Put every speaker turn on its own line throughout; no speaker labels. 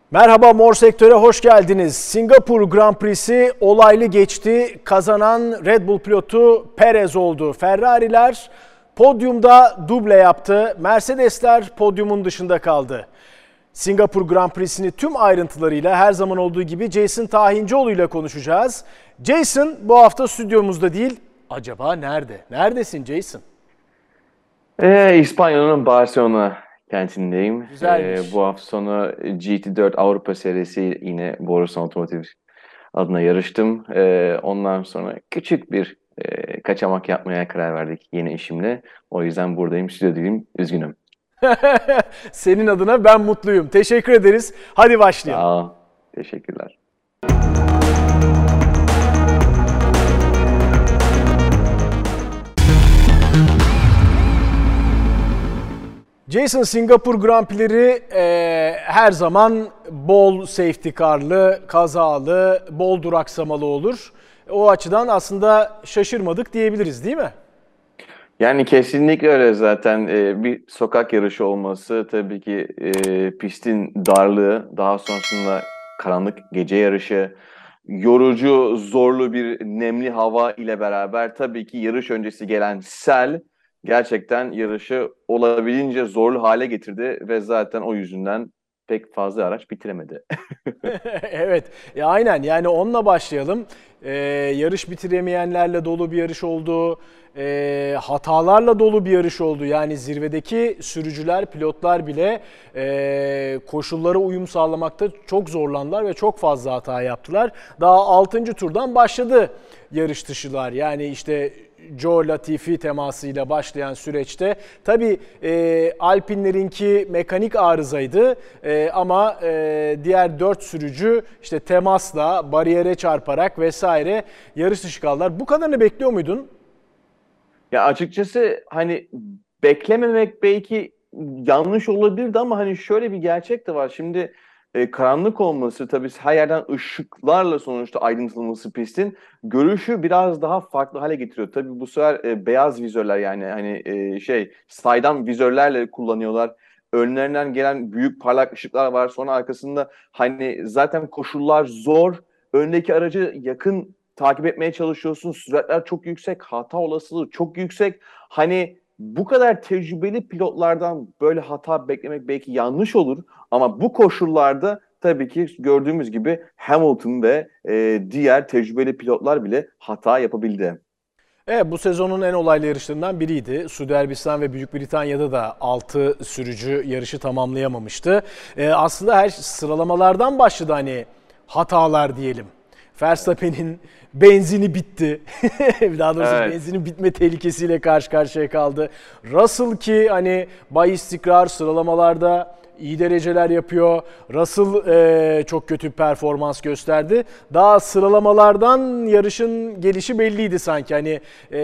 Merhaba Mor Sektör'e hoş geldiniz. Singapur Grand Prix'si olaylı geçti. Kazanan Red Bull pilotu Perez oldu. Ferrari'ler podyumda duble yaptı. Mercedesler podyumun dışında kaldı. Singapur Grand Prix'sini tüm ayrıntılarıyla her zaman olduğu gibi Jason Tahincioğlu ile konuşacağız. Jason bu hafta stüdyomuzda değil. Acaba nerede? Neredesin Jason?
İspanya'nın Barcelona kentindeyim.
Güzelmiş.
Bu hafta sonu GT4 Avrupa serisi yine Borusan Otomotiv adına yarıştım. Ondan sonra küçük bir kaçamak yapmaya karar verdik yeni işimle. O yüzden buradayım, stüdyodayım. Üzgünüm.
Senin adına ben mutluyum. Teşekkür ederiz. Hadi başlayalım.
Sağ ol. Teşekkürler.
Jason, Singapur Grand Prix'leri her zaman bol safety car'lı, kazalı, bol duraksamalı olur. O açıdan aslında şaşırmadık diyebiliriz, değil mi?
Yani kesinlikle öyle zaten. Bir sokak yarışı olması tabii ki pistin darlığı, daha sonrasında karanlık gece yarışı, yorucu, zorlu bir nemli hava ile beraber tabii ki yarış öncesi gelen sel gerçekten yarışı olabildiğince zorlu hale getirdi ve zaten o yüzünden pek fazla araç bitiremedi.
Evet, aynen yani onunla başlayalım. Yarış bitiremeyenlerle dolu bir yarış oldu. Hatalarla dolu bir yarış oldu. Yani zirvedeki sürücüler, pilotlar bile koşullara uyum sağlamakta çok zorlandılar ve çok fazla hata yaptılar. Daha 6. turdan başladı yarış dışılar. Yani işte Joe Latifi temasıyla başlayan süreçte tabii Alpinlerinki mekanik arızaydı ama diğer 4 sürücü işte temasla, bariyere çarparak vesaire yarış dışı kaldılar. Bu kadarını bekliyor muydun?
Ya açıkçası hani beklememek belki yanlış olabilirdi ama hani şöyle bir gerçek de var. Şimdi karanlık olması tabii her yerden ışıklarla sonuçta aydınlatılması pistin görüşü biraz daha farklı hale getiriyor. Tabii bu sefer beyaz vizörler yani hani saydam vizörlerle kullanıyorlar. Önlerinden gelen büyük parlak ışıklar var. Sonra arkasında hani zaten koşullar zor. Öndeki aracı yakın takip etmeye çalışıyorsun. Süratler çok yüksek, hata olasılığı çok yüksek. Hani bu kadar tecrübeli pilotlardan böyle hata beklemek belki yanlış olur ama bu koşullarda tabii ki gördüğümüz gibi Hamilton ve diğer tecrübeli pilotlar bile hata yapabildi.
Evet, bu sezonun en olaylı yarışlarından biriydi. Suudi Arabistan ve Büyük Britanya'da da 6 sürücü yarışı tamamlayamamıştı. Aslında her sıralamalardan başladı hani hatalar diyelim. Verstappen'in benzini bitti. Daha doğrusu
Evet.
benzinin bitme tehlikesiyle karşı karşıya kaldı. Russell ki hani bay istikrar sıralamalarda iyi dereceler yapıyor. Russell çok kötü bir performans gösterdi. Daha sıralamalardan yarışın gelişi belliydi sanki. Hani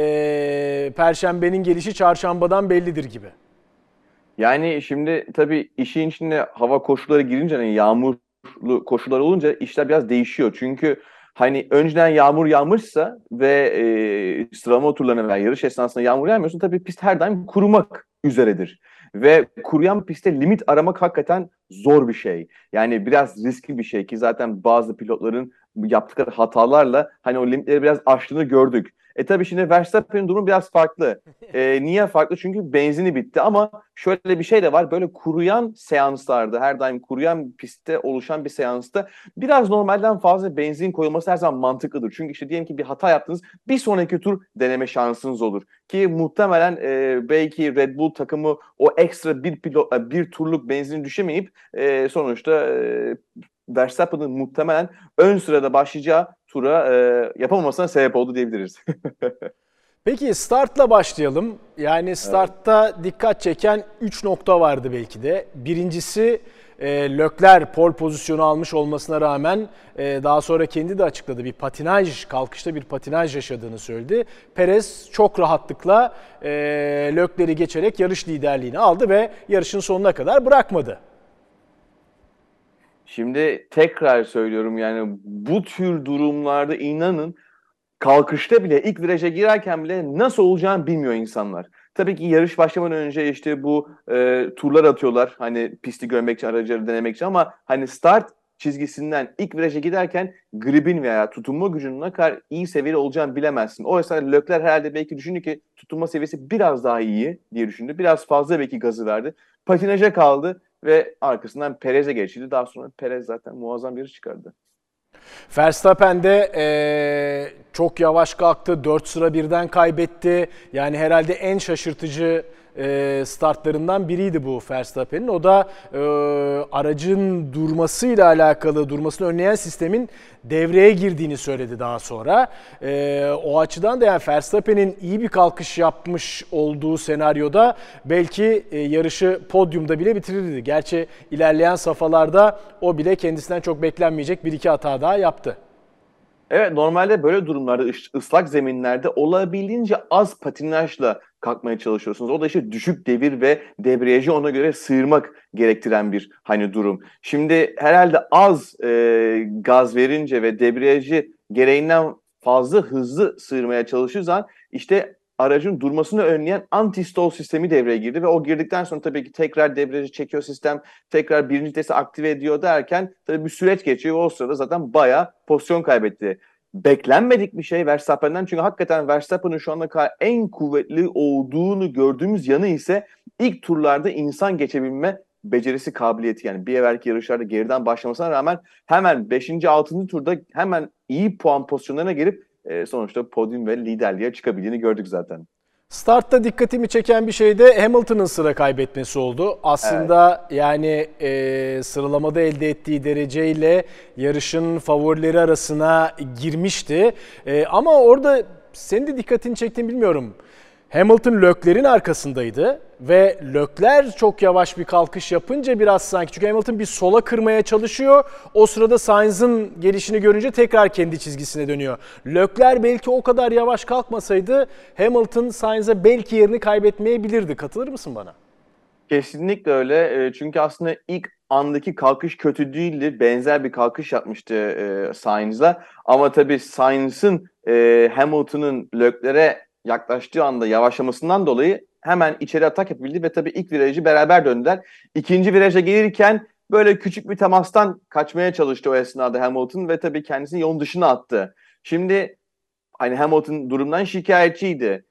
Perşembenin gelişi çarşambadan bellidir gibi.
Yani şimdi tabii işin içinde hava koşulları girince hani yağmurlu koşullar olunca işler biraz değişiyor. Çünkü hani önceden yağmur yağmışsa ve sıralama turlarına veya yarış esnasında yağmur yağmıyorsa tabii pist her daim kurumak üzeredir. Ve kuruyan pistte limit aramak hakikaten zor bir şey. Yani biraz riskli bir şey ki zaten bazı pilotların yaptıkları hatalarla hani o limitleri biraz aştığını gördük. Tabii şimdi Verstappen'in durumu biraz farklı. Niye farklı? Çünkü benzini bitti ama şöyle bir şey de var. Böyle kuruyan seanslarda, her daim kuruyan pistte oluşan bir seansta biraz normalden fazla benzin koyulması her zaman mantıklıdır. Çünkü işte diyelim ki bir hata yaptınız, bir sonraki tur deneme şansınız olur. Ki muhtemelen belki Red Bull takımı o ekstra bir turluk benzini düşemeyip sonuçta Verstappen'ın muhtemelen ön sırada başlayacağı tura yapamamasına sebep oldu diyebiliriz.
Peki startla başlayalım. Yani
Evet.
startta dikkat çeken 3 nokta vardı belki de. Birincisi Leclerc pole pozisyonu almış olmasına rağmen daha sonra kendi de açıkladı. Bir patinaj, kalkışta bir patinaj yaşadığını söyledi. Perez çok rahatlıkla Leclerc'i geçerek yarış liderliğini aldı ve yarışın sonuna kadar bırakmadı.
Şimdi tekrar söylüyorum yani bu tür durumlarda inanın kalkışta bile ilk viraja girerken bile nasıl olacağını bilmiyor insanlar. Tabii ki yarış başlamadan önce işte bu turlar atıyorlar. Hani pisti görmek için, aracıları denemek için ama hani start çizgisinden ilk viraja giderken gribin veya tutunma gücünün ne kadar iyi seviyeli olacağını bilemezsin. O esnada Leclerc herhalde belki düşündü ki tutunma seviyesi biraz daha iyi diye düşündü. Biraz fazla belki gazı verdi. Patinaja kaldı ve arkasından Perez'e geçildi. Daha sonra Perez zaten muazzam bir yarış çıkardı.
Verstappen de çok yavaş kalktı. 4 sıra birden kaybetti. Yani herhalde en şaşırtıcı startlarından biriydi bu Verstappen'in. O da aracın durmasıyla alakalı, durmasını önleyen sistemin devreye girdiğini söyledi daha sonra. O açıdan da yani Verstappen'in iyi bir kalkış yapmış olduğu senaryoda belki yarışı podyumda bile bitirirdi. Gerçi ilerleyen safhalarda o bile kendisinden çok beklenmeyecek bir iki hata daha yaptı.
Evet, normalde böyle durumlarda ıslak zeminlerde olabildiğince az patinajla kalkmaya çalışıyorsunuz. O da işte düşük devir ve debriyajı ona göre sıyırmak gerektiren bir hani durum. Şimdi herhalde az gaz verince ve debriyajı gereğinden fazla hızlı sıyırmaya çalışırsan işte aracın durmasını önleyen anti-stall sistemi devreye girdi ve o girdikten sonra tabii ki tekrar debriyajı çekiyor sistem, tekrar birinci vitesi aktive ediyor derken tabii bir süreç geçiyor ve o sırada zaten bayağı pozisyon kaybetti. Beklenmedik bir şey Verstappen'den çünkü hakikaten Verstappen'ın şu ana kadar en kuvvetli olduğunu gördüğümüz yanı ise ilk turlarda insan geçebilme becerisi, kabiliyeti. Yani bir evvelki yarışlarda geriden başlamasına rağmen hemen 5. 6. turda hemen iyi puan pozisyonlarına gelip sonuçta podyum ve liderliğe çıkabildiğini gördük zaten.
Startta dikkatimi çeken bir şey de Hamilton'ın sıra kaybetmesi oldu.
Evet.
Aslında yani sıralamada elde ettiği dereceyle yarışın favorileri arasına girmişti. Ama orada senin de dikkatini çektiğini bilmiyorum. Hamilton Leclerc'in arkasındaydı ve Leclerc çok yavaş bir kalkış yapınca biraz sanki çünkü Hamilton bir sola kırmaya çalışıyor. O sırada Sainz'ın gelişini görünce tekrar kendi çizgisine dönüyor. Leclerc belki o kadar yavaş kalkmasaydı Hamilton Sainz'e belki yerini kaybetmeyebilirdi. Katılır mısın bana?
Kesinlikle öyle. Çünkü aslında ilk andaki kalkış kötü değildi. Benzer bir kalkış yapmıştı Sainz'la. Ama tabii Sainz'ın Hamilton'ın Leclerc'e yaklaştığı anda yavaşlamasından dolayı hemen içeri atak yapabildi ve tabii ilk virajı beraber döndüler. İkinci viraja gelirken böyle küçük bir temastan kaçmaya çalıştı o esnada Hamilton ve tabii kendisini yolun dışına attı. Şimdi hani Hamilton durumdan şikayetçiydi.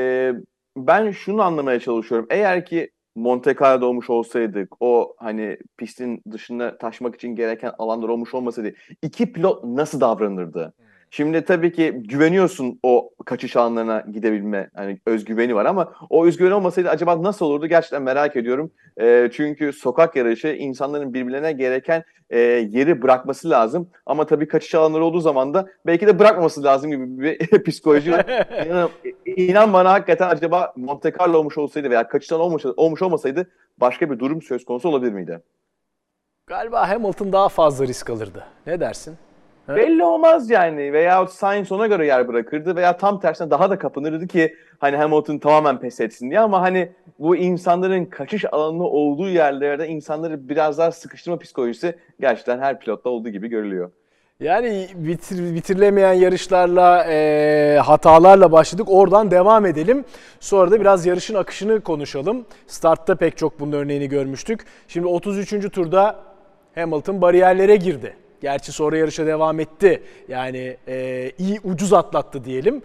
Ben şunu anlamaya çalışıyorum. Eğer ki Monte Carlo'da olmuş olsaydık, o hani pistin dışına taşmak için gereken alanlar olmuş olmasaydı, iki pilot nasıl davranırdı? Şimdi tabii ki güveniyorsun o kaçış alanlarına gidebilme, hani özgüveni var ama o özgüven olmasaydı acaba nasıl olurdu? Gerçekten merak ediyorum. Çünkü sokak yarışı insanların birbirlerine gereken yeri bırakması lazım. Ama tabii kaçış alanları olduğu zaman da belki de bırakmaması lazım gibi bir psikoloji var. İnan bana hakikaten acaba Monte Carlo olmuş olsaydı veya kaçış alanı olmuş olmasaydı başka bir durum söz konusu olabilir miydi?
Galiba Hamilton daha fazla risk alırdı. Ne dersin? Ha?
Belli olmaz yani. Veya Sainz ona göre yer bırakırdı veya tam tersine daha da kapınırdı ki hani Hamilton tamamen pes etsin diye ama hani bu insanların kaçış alanı olduğu yerlerde insanları biraz daha sıkıştırma psikolojisi gerçekten her pilotta olduğu gibi görülüyor.
Yani bitirilemeyen yarışlarla, hatalarla başladık. Oradan devam edelim. Sonra da biraz yarışın akışını konuşalım. Startta pek çok bunun örneğini görmüştük. Şimdi 33. turda Hamilton bariyerlere girdi. Gerçi sonra yarışa devam etti. Yani iyi ucuz atlattı diyelim.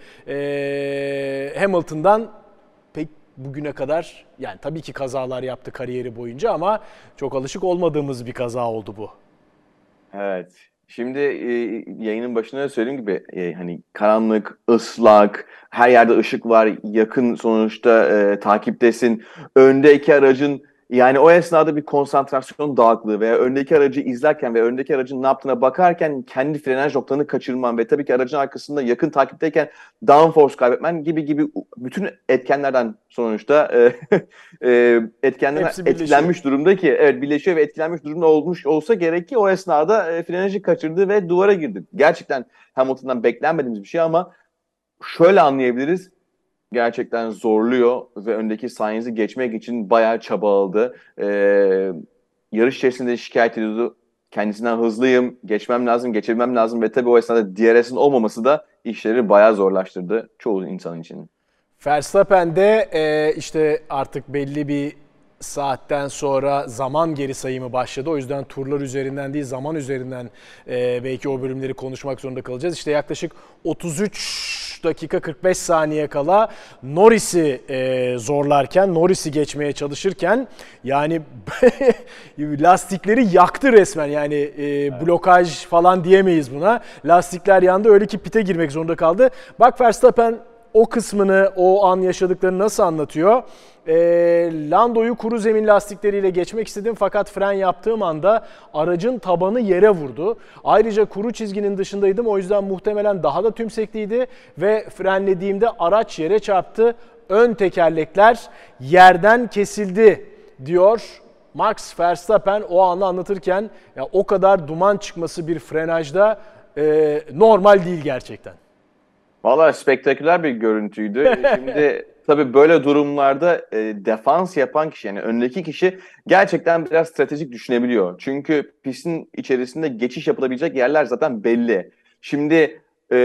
Hamilton'dan pek bugüne kadar yani tabii ki kazalar yaptı kariyeri boyunca ama çok alışık olmadığımız bir kaza oldu bu.
Evet. Şimdi yayının başında da söylediğim gibi hani karanlık, ıslak, her yerde ışık var, yakın sonuçta takiptesin. Öndeki aracın yani o esnada bir konsantrasyon dağıklığı veya öndeki aracı izlerken ve öndeki aracın ne yaptığına bakarken kendi frenaj noktanı kaçırman ve tabii ki aracın arkasında yakın takipteyken downforce kaybetmen gibi bütün etkenlerden sonuçta etkenlerden
Hepsi birleşiyor.
etkilenmiş durumda ki evet birleşiyor ve etkilenmiş durumda olmuş olsa gerek ki o esnada frenajı kaçırdı ve duvara girdi. Gerçekten Hamilton'dan beklenmediğimiz bir şey ama şöyle anlayabiliriz. Gerçekten zorluyor ve öndeki Sainz'i geçmek için bayağı çabaladı. Yarış içerisinde şikayet ediyordu. Kendisinden hızlıyım, geçmem lazım, geçebilmem lazım ve tabii o esnada DRS'in olmaması da işleri bayağı zorlaştırdı çoğu insan için.
Verstappen de işte artık belli bir saatten sonra zaman geri sayımı başladı. O yüzden turlar üzerinden değil, zaman üzerinden belki o bölümleri konuşmak zorunda kalacağız. İşte yaklaşık 33 dakika 45 saniye kala Norris'i zorlarken, Norris'i geçmeye çalışırken yani lastikleri yaktı resmen. Yani blokaj falan diyemeyiz buna. Lastikler yandı, öyle ki pite girmek zorunda kaldı. Bak Verstappen o kısmını, o an yaşadıklarını nasıl anlatıyor? Lando'yu kuru zemin lastikleriyle geçmek istedim fakat fren yaptığım anda aracın tabanı yere vurdu. Ayrıca kuru çizginin dışındaydım, o yüzden muhtemelen daha da tümsekliydi ve frenlediğimde araç yere çarptı. Ön tekerlekler yerden kesildi diyor Max Verstappen o anı anlatırken. Ya o kadar duman çıkması bir frenajda normal değil gerçekten.
Vallahi spektaküler bir görüntüydü. Şimdi tabii böyle durumlarda defans yapan kişi, yani öndeki kişi gerçekten biraz stratejik düşünebiliyor. Çünkü pistin içerisinde geçiş yapılabilecek yerler zaten belli. Şimdi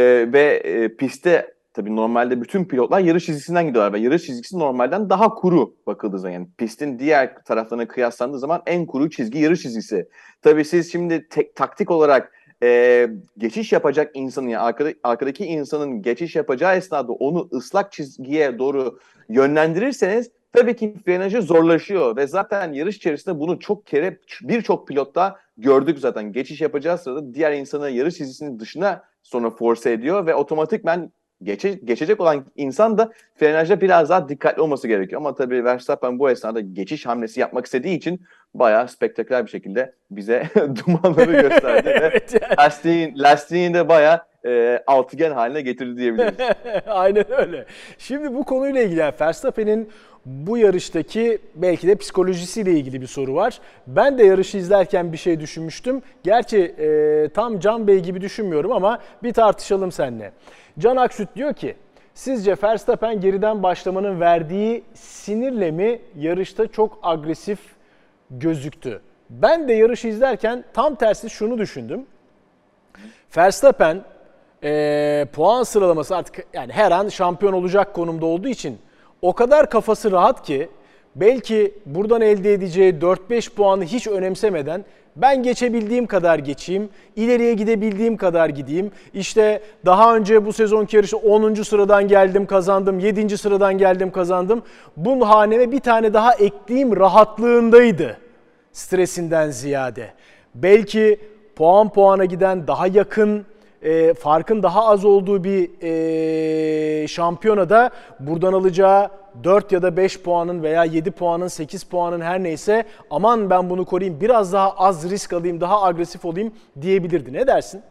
pistte tabii normalde bütün pilotlar yarış çizgisinden gidiyorlar ve yarış çizgisi normalden daha kuru bakıldığı zaman. Yani pistin diğer taraflarına kıyaslandığı zaman en kuru çizgi yarış çizgisi. Tabii siz şimdi taktik olarak geçiş yapacak insanın, yani arkadaki insanın geçiş yapacağı esnada onu ıslak çizgiye doğru yönlendirirseniz tabii ki frenajı zorlaşıyor ve zaten yarış içerisinde bunu çok kere birçok pilotta gördük zaten. Geçiş yapacağı sırada diğer insanı yarış çizgisinin dışına sonra force ediyor ve otomatikman geçecek olan insan da frenajda biraz daha dikkatli olması gerekiyor. Ama tabii Verstappen bu esnada geçiş hamlesi yapmak istediği için bayağı spektaküler bir şekilde bize dumanları gösterdi. Evet, yani. Lastiğini de bayağı altıgen haline getirdi diyebiliriz.
Aynen öyle. Şimdi bu konuyla ilgili Verstappen'in bu yarıştaki belki de psikolojisiyle ilgili bir soru var. Ben de yarışı izlerken bir şey düşünmüştüm. Gerçi tam Can Bey gibi düşünmüyorum ama bir tartışalım seninle. Can Aksüt diyor ki, sizce Verstappen geriden başlamanın verdiği sinirle mi yarışta çok agresif gözüktü? Ben de yarışı izlerken tam tersi şunu düşündüm. Verstappen puan sıralaması artık yani her an şampiyon olacak konumda olduğu için o kadar kafası rahat ki belki buradan elde edeceği 4-5 puanı hiç önemsemeden ben geçebildiğim kadar geçeyim, ileriye gidebildiğim kadar gideyim. İşte daha önce bu sezonki yarışı 10. sıradan geldim kazandım, 7. sıradan geldim kazandım. Bunun haneme bir tane daha ekleyeyim rahatlığındaydı stresinden ziyade. Belki puana giden daha yakın, farkın daha az olduğu bir şampiyonada buradan alacağı 4 ya da 5 puanın veya 7 puanın, 8 puanın her neyse aman ben bunu koruyayım, biraz daha az risk alayım, daha agresif olayım diyebilirdi. Ne dersin?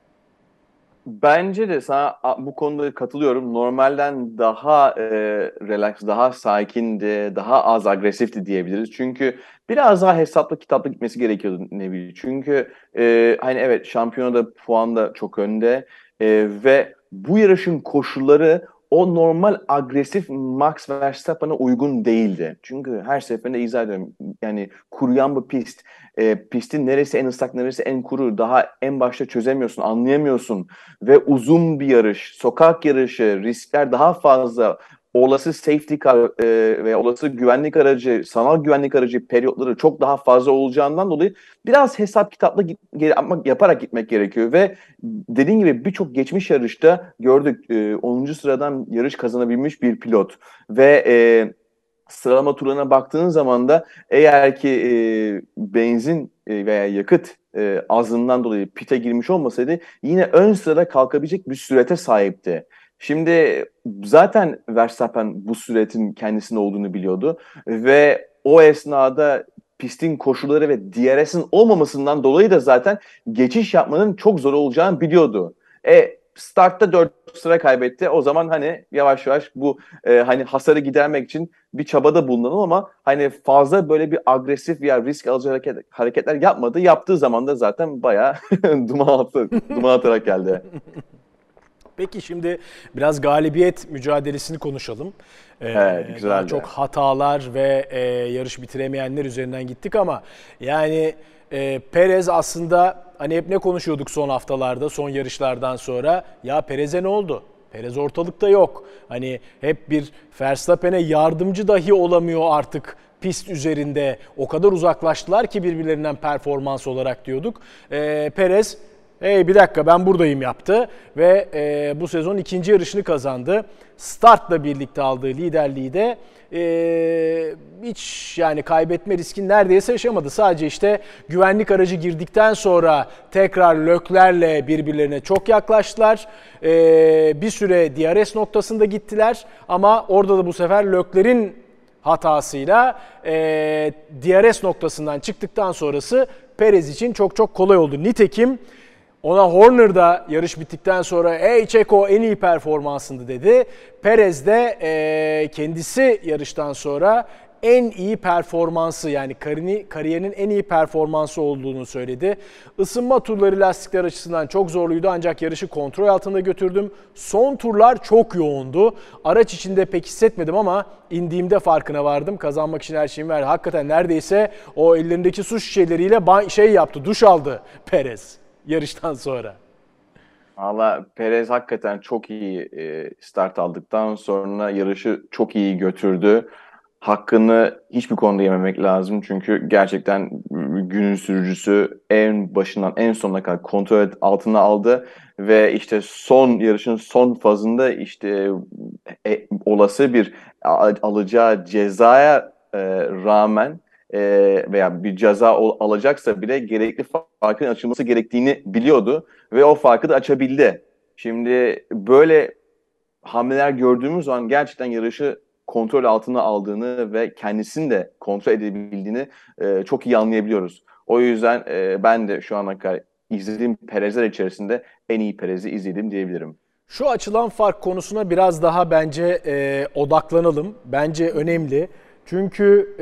Bence de sana bu konuda katılıyorum. Normalden daha relax, daha sakindi, daha az agresifti diyebiliriz. Çünkü biraz daha hesaplı kitaplı gitmesi gerekiyordu Nebil. Çünkü hani evet şampiyonada puan da çok önde ve bu yarışın koşulları o normal agresif Max Verstappen'a uygun değildi. Çünkü her seferinde izah ediyorum. Yani kuruyan bu pist. Pistin neresi en ıslak, neresi en kuru. Daha en başta çözemiyorsun, anlayamıyorsun. Ve uzun bir yarış, sokak yarışı, riskler daha fazla. Olası safety car ve olası güvenlik aracı, sanal güvenlik aracı periyotları çok daha fazla olacağından dolayı biraz hesap kitapla yaparak gitmek gerekiyor. Ve dediğim gibi birçok geçmiş yarışta gördük 10. sıradan yarış kazanabilmiş bir pilot. Ve sıralama turlarına baktığın zaman da eğer ki benzin veya yakıt azlığından dolayı pite girmiş olmasaydı yine ön sırada kalkabilecek bir sürete sahipti. Şimdi zaten Verstappen bu süretin kendisinde olduğunu biliyordu ve o esnada pistin koşulları ve DRS'in olmamasından dolayı da zaten geçiş yapmanın çok zor olacağını biliyordu. Startta 4 sıra kaybetti. O zaman hani yavaş yavaş bu hani hasarı gidermek için bir çabada bulunalım ama hani fazla böyle bir agresif veya risk alıcı hareketler yapmadı. Yaptığı zaman da zaten bayağı duman atarak geldi.
Peki şimdi biraz galibiyet mücadelesini konuşalım.
Evet, güzeldi.
Daha çok hatalar ve yarış bitiremeyenler üzerinden gittik ama yani Perez aslında hani hep ne konuşuyorduk son haftalarda, son yarışlardan sonra? Ya Perez'e ne oldu? Perez ortalıkta yok. Hani hep bir Verstappen'e yardımcı dahi olamıyor artık pist üzerinde. O kadar uzaklaştılar ki birbirlerinden performans olarak diyorduk. Perez hey bir dakika ben buradayım yaptı ve bu sezon ikinci yarışını kazandı. Startla birlikte aldığı liderliği de hiç yani kaybetme riskini neredeyse yaşamadı. Sadece işte güvenlik aracı girdikten sonra tekrar Leclerc'le birbirlerine çok yaklaştılar. Bir süre DRS noktasında gittiler ama orada da bu sefer Leclerc'in hatasıyla DRS noktasından çıktıktan sonrası Perez için çok çok kolay oldu. Nitekim ona Horner da yarış bittikten sonra "Hey Checo en iyi performansındı" dedi. Perez de kendisi yarıştan sonra en iyi performansı yani kariyerinin en iyi performansı olduğunu söyledi. Isınma turları lastikler açısından çok zorluydu ancak yarışı kontrol altında götürdüm. Son turlar çok yoğundu. Araç içinde pek hissetmedim ama indiğimde farkına vardım. Kazanmak için her şeyimi verdi. Hakikaten neredeyse o ellerindeki su şişeleriyle yaptı, duş aldı Perez yarıştan sonra.
Valla Perez hakikaten çok iyi start aldıktan sonra yarışı çok iyi götürdü. Hakkını hiçbir konuda yememek lazım. Çünkü gerçekten günün sürücüsü en başından en sonuna kadar kontrol altına aldı. Ve işte yarışın son fazında işte olası bir alacağı cezaya rağmen veya bir ceza alacaksa bile gerekli farkın açılması gerektiğini biliyordu ve o farkı da açabildi. Şimdi böyle hamleler gördüğümüz zaman gerçekten yarışı kontrol altına aldığını ve kendisini de kontrol edebildiğini çok iyi anlayabiliyoruz. O yüzden ben de şu ana kadar izlediğim Perezler içerisinde en iyi Perez'i izledim diyebilirim.
Şu açılan fark konusuna biraz daha bence odaklanalım. Bence önemli. Çünkü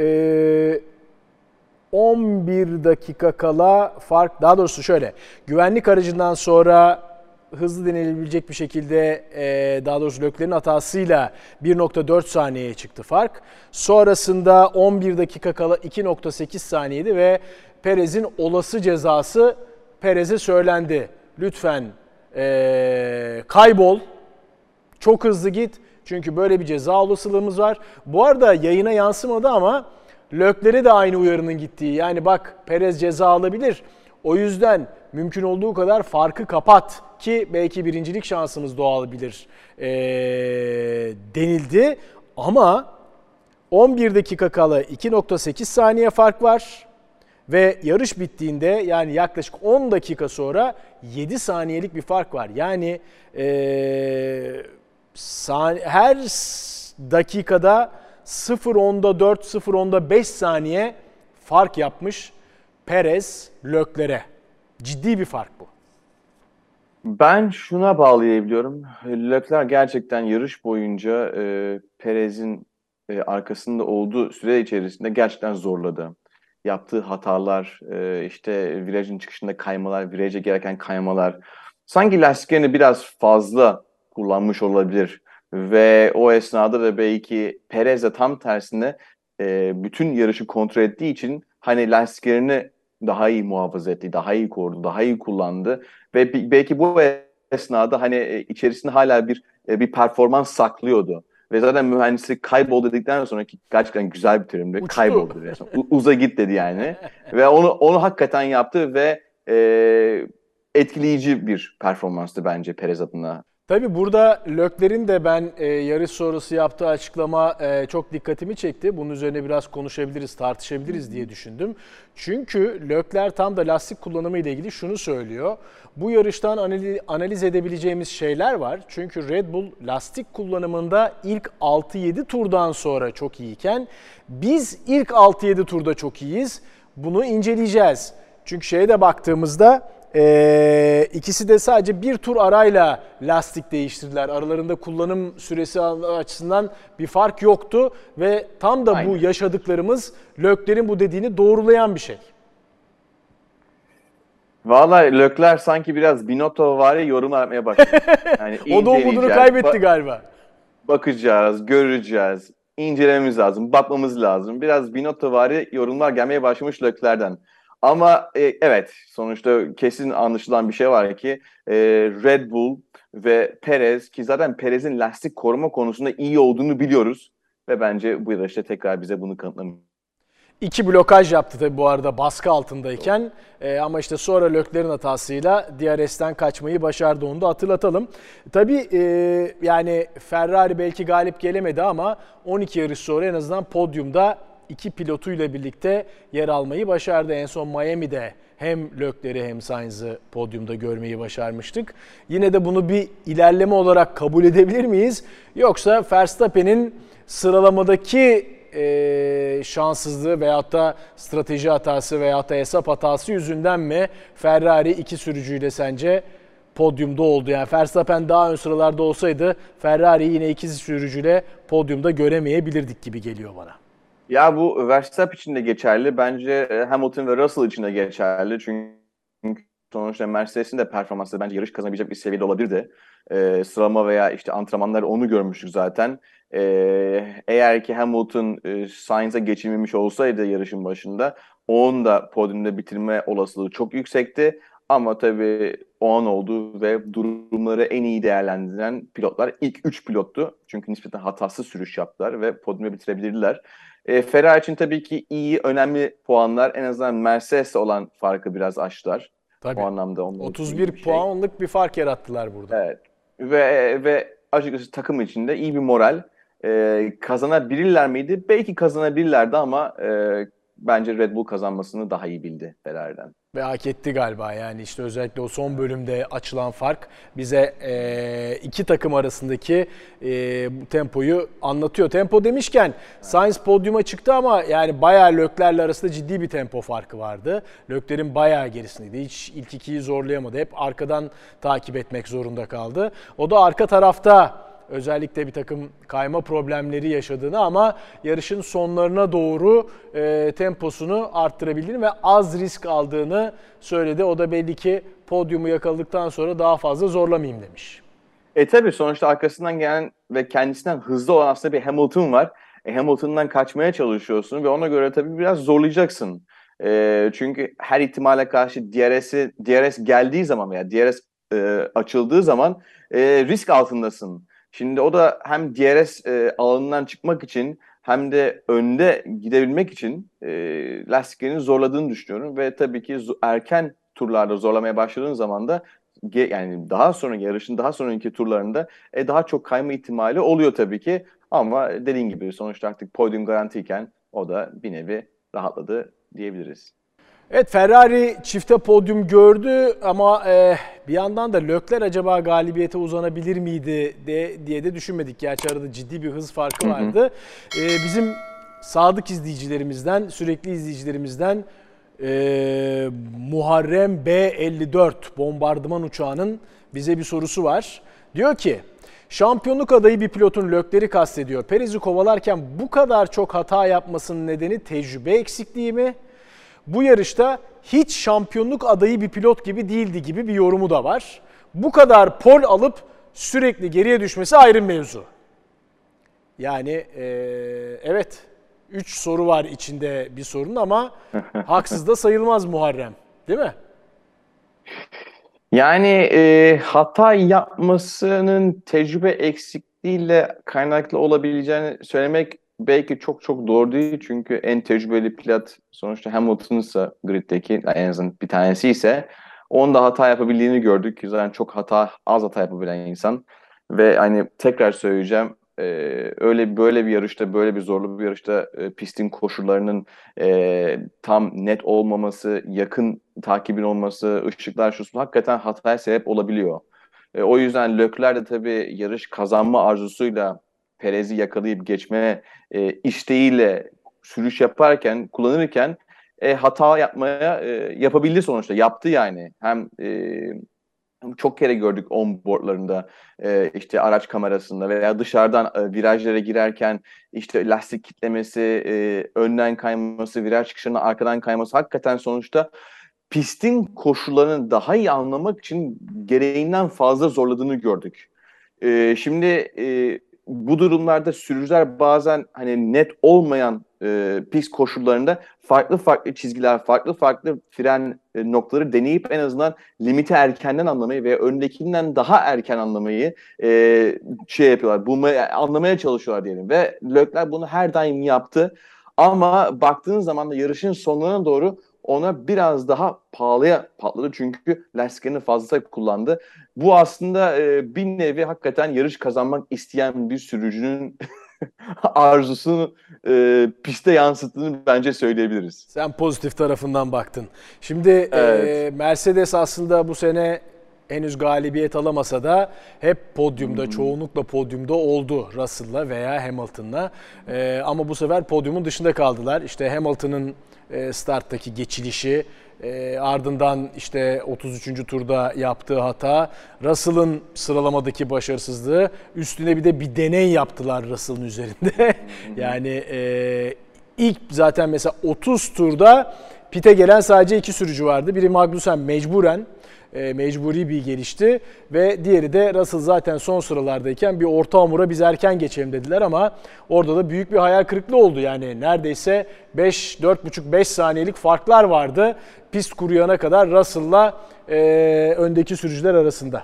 11 dakika kala fark, daha doğrusu şöyle, güvenlik aracından sonra hızlı denilebilecek bir şekilde daha doğrusu Leclerc'in hatasıyla 1.4 saniyeye çıktı fark. Sonrasında 11 dakika kala 2.8 saniyeydi ve Perez'in olası cezası Perez'e söylendi. Lütfen kaybol, çok hızlı git çünkü böyle bir ceza olasılığımız var. Bu arada yayına yansımadı ama Leclerc'e de aynı uyarının gittiği, yani bak Perez ceza alabilir. O yüzden mümkün olduğu kadar farkı kapat ki belki birincilik şansımız doğabilir denildi. Ama 11 dakika kala 2.8 saniye fark var ve yarış bittiğinde yani yaklaşık 10 dakika sonra 7 saniyelik bir fark var. Yani her dakikada 0.4, 0.5 saniye fark yapmış Perez Leclerc'e. Ciddi bir fark bu.
Ben şuna bağlayabiliyorum. Leclerc gerçekten yarış boyunca Perez'in arkasında olduğu süre içerisinde gerçekten zorladı. Yaptığı hatalar, işte virajın çıkışında kaymalar, viraja gereken kaymalar. Sanki lastiklerini biraz fazla kullanmış olabilir. Ve o esnada da belki Perez de tam tersine bütün yarışı kontrol ettiği için hani lastiklerini daha iyi muhafaza etti, daha iyi korudu, daha iyi kullandı. Ve belki bu esnada hani içerisinde hala bir performans saklıyordu. Ve zaten mühendislik kayboldu dedikten sonra ki gerçekten güzel bir terimdi. Kayboldu resmen. Uza git dedi yani. Ve onu hakikaten yaptı ve etkileyici bir performanstı bence Perez adına.
Tabii burada Leclerc'in de ben yarış sonrası yaptığı açıklama çok dikkatimi çekti. Bunun üzerine biraz konuşabiliriz, tartışabiliriz diye düşündüm. Çünkü Leclerc tam da lastik kullanımı ile ilgili şunu söylüyor. Bu yarıştan analiz edebileceğimiz şeyler var. Çünkü Red Bull lastik kullanımında ilk 6-7 turdan sonra çok iyiyken biz ilk 6-7 turda çok iyiyiz. Bunu inceleyeceğiz. Çünkü şeye de baktığımızda ikisi de sadece bir tur arayla lastik değiştirdiler. Aralarında kullanım süresi açısından bir fark yoktu ve tam da bu yaşadıklarımız Leclerc'in bu dediğini doğrulayan bir şey.
Vallahi Leclerc sanki biraz Binotto var ya yorum yapmaya başladı. Yani
o da umudunu kaybetti galiba.
Bakacağız, göreceğiz, incelememiz lazım, bakmamız lazım. Biraz Binotto var ya yorumlar gelmeye başlamış Leclerc'den. Ama evet, sonuçta kesin anlaşılan bir şey var ki Red Bull ve Perez, ki zaten Perez'in lastik koruma konusunda iyi olduğunu biliyoruz ve bence bu yarışta tekrar bize bunu kanıtlamış.
İki blokaj yaptı tabii bu arada baskı altındayken. Ama işte sonra Leclerc'in hatasıyla DRS'ten kaçmayı başardı, onu da hatırlatalım. Tabii yani Ferrari belki galip gelemedi ama 12 yarış sonra en azından podyumda iki pilotuyla birlikte yer almayı başardı. En son Miami'de hem Leclerc'i hem Sainz'ı podyumda görmeyi başarmıştık. Yine de bunu bir ilerleme olarak kabul edebilir miyiz? Yoksa Verstappen'in sıralamadaki şanssızlığı veyahut da strateji hatası veyahut da hesap hatası yüzünden mi Ferrari iki sürücüyle sence podyumda oldu? Yani Verstappen daha ön sıralarda olsaydı Ferrari'yi yine iki sürücüyle podyumda göremeyebilirdik gibi geliyor bana.
Ya bu Verstappen için de geçerli. Bence Hamilton ve Russell için de geçerli. Çünkü sonuçta Mercedes'in de performansı bence yarış kazanabilecek bir seviyede olabilirdi. Sıralama veya işte antrenmanlar onu görmüştük zaten. Eğer ki Hamilton Sainz'a geçilmemiş olsaydı yarışın başında onun da podyumda bitirme olasılığı çok yüksekti. Ama tabii o an oldu ve durumları en iyi değerlendiren pilotlar ilk 3 pilottu. Çünkü nispeten hatasız sürüş yaptılar ve podyumda bitirebilirler. Ferrari için tabii ki iyi, önemli puanlar. En azından Mercedes'le olan farkı biraz açtılar. O
Tabii.
anlamda onlar için iyi
31
bir şey.
puanlık bir fark yarattılar burada.
Evet. Ve açıkçası takım içinde iyi bir moral. Kazanabilirler miydi? Belki kazanabilirlerdi ama bence Red Bull kazanmasını daha iyi bildi Ferrari'den.
Ve hak etti galiba, yani işte özellikle o son bölümde açılan fark bize iki takım arasındaki bu tempoyu anlatıyor. Tempo demişken Sainz podyuma çıktı ama yani bayağı Leclerc'le arasında ciddi bir tempo farkı vardı. Leclerc'in bayağı gerisindeydi. Hiç ilk ikiyi zorlayamadı. Hep arkadan takip etmek zorunda kaldı. O da arka tarafta özellikle bir takım kayma problemleri yaşadığını ama yarışın sonlarına doğru temposunu arttırabildiğini ve az risk aldığını söyledi. O da belli ki podyumu yakaladıktan sonra daha fazla zorlamayayım demiş.
Tabii sonuçta arkasından gelen ve kendisinden hızlı olan aslında bir Hamilton var. Hamilton'dan kaçmaya çalışıyorsun ve ona göre tabii biraz zorlayacaksın. Çünkü her ihtimale karşı DRS geldiği zaman veya DRS açıldığı zaman risk altındasın. Şimdi o da hem DRS alanından çıkmak için hem de önde gidebilmek için lastiklerini zorladığını düşünüyorum ve tabii ki erken turlarda zorlamaya başladığın zaman da yani daha sonra yarışın daha sonraki turlarında daha çok kayma ihtimali oluyor tabii ki. Ama dediğin gibi sonuçta artık podyum garantiyken o da bir nevi rahatladı diyebiliriz.
Evet, Ferrari çifte podyum gördü ama bir yandan da Leclerc acaba galibiyete uzanabilir miydi diye de düşünmedik. Gerçi arada ciddi bir hız farkı vardı. Bizim sadık izleyicilerimizden, sürekli izleyicilerimizden Muharrem B54 bombardıman uçağının bize bir sorusu var. Diyor ki, şampiyonluk adayı bir pilotun Leclerc'i kastediyor. Perez'i kovalarken bu kadar çok hata yapmasının nedeni tecrübe eksikliği mi? Bu yarışta hiç şampiyonluk adayı bir pilot gibi değildi gibi bir yorumu da var. Bu kadar pol alıp sürekli geriye düşmesi ayrı mevzu. Yani evet, 3 soru var içinde bir sorun ama haksız da sayılmaz Muharrem, değil mi?
Yani hata yapmasının tecrübe eksikliğiyle kaynaklı olabileceğini söylemek belki çok çok doğru değil. Çünkü en tecrübeli pilot sonuçta Hamilton'sa griddeki en azından bir tanesi ise onun da hata yapabildiğini gördük. Zaten çok az hata yapabilen insan. Ve hani tekrar söyleyeceğim, öyle böyle bir yarışta, böyle bir zorlu bir yarışta pistin koşullarının tam net olmaması, yakın takibin olması, ışıklar şusun hakikaten hataya sebep olabiliyor. O yüzden Leclerc de tabii yarış kazanma arzusuyla Perez'i yakalayıp geçme isteğiyle sürüş yaparken, kullanırken hata yapabildi sonuçta. Yaptı yani. Hem çok kere gördük onboardlarında işte araç kamerasında veya dışarıdan virajlara girerken işte lastik kitlemesi, önden kayması, viraj çıkışlarına arkadan kayması hakikaten sonuçta pistin koşullarını daha iyi anlamak için gereğinden fazla zorladığını gördük. Şimdi bu durumlarda sürücüler bazen hani net olmayan pist koşullarında farklı farklı çizgiler, farklı farklı fren noktaları deneyip en azından limiti erkenden anlamayı ve öndekinden daha erken anlamayı şey yapıyorlar, anlamaya çalışıyorlar diyelim. Ve Leclerc bunu her daim yaptı. Ama baktığın zaman da yarışın sonlarına doğru ona biraz daha pahalıya patladı. Çünkü lastiklerini fazla kullandı. Bu aslında bir nevi hakikaten yarış kazanmak isteyen bir sürücünün arzusunu piste yansıttığını bence söyleyebiliriz.
Sen pozitif tarafından baktın. Şimdi
Evet.
Mercedes aslında bu sene henüz galibiyet alamasa da hep podyumda, çoğunlukla podyumda oldu Russell'la veya Hamilton'la. Ama bu sefer podyumun dışında kaldılar. İşte Hamilton'ın starttaki geçilişi, ardından işte 33. turda yaptığı hata, Russell'ın sıralamadaki başarısızlığı, üstüne bir de bir deney yaptılar Russell'ın üzerinde. Yani ilk zaten mesela 30 turda pite gelen sadece 2 sürücü vardı. Biri Magnussen mecburen, mecburi bir gelişti ve diğeri de Russell zaten son sıralardayken bir orta hamura biz erken geçelim dediler ama orada da büyük bir hayal kırıklığı oldu. Yani neredeyse 4,5-5 saniyelik farklar vardı pist kuruyana kadar Russell'la öndeki sürücüler arasında.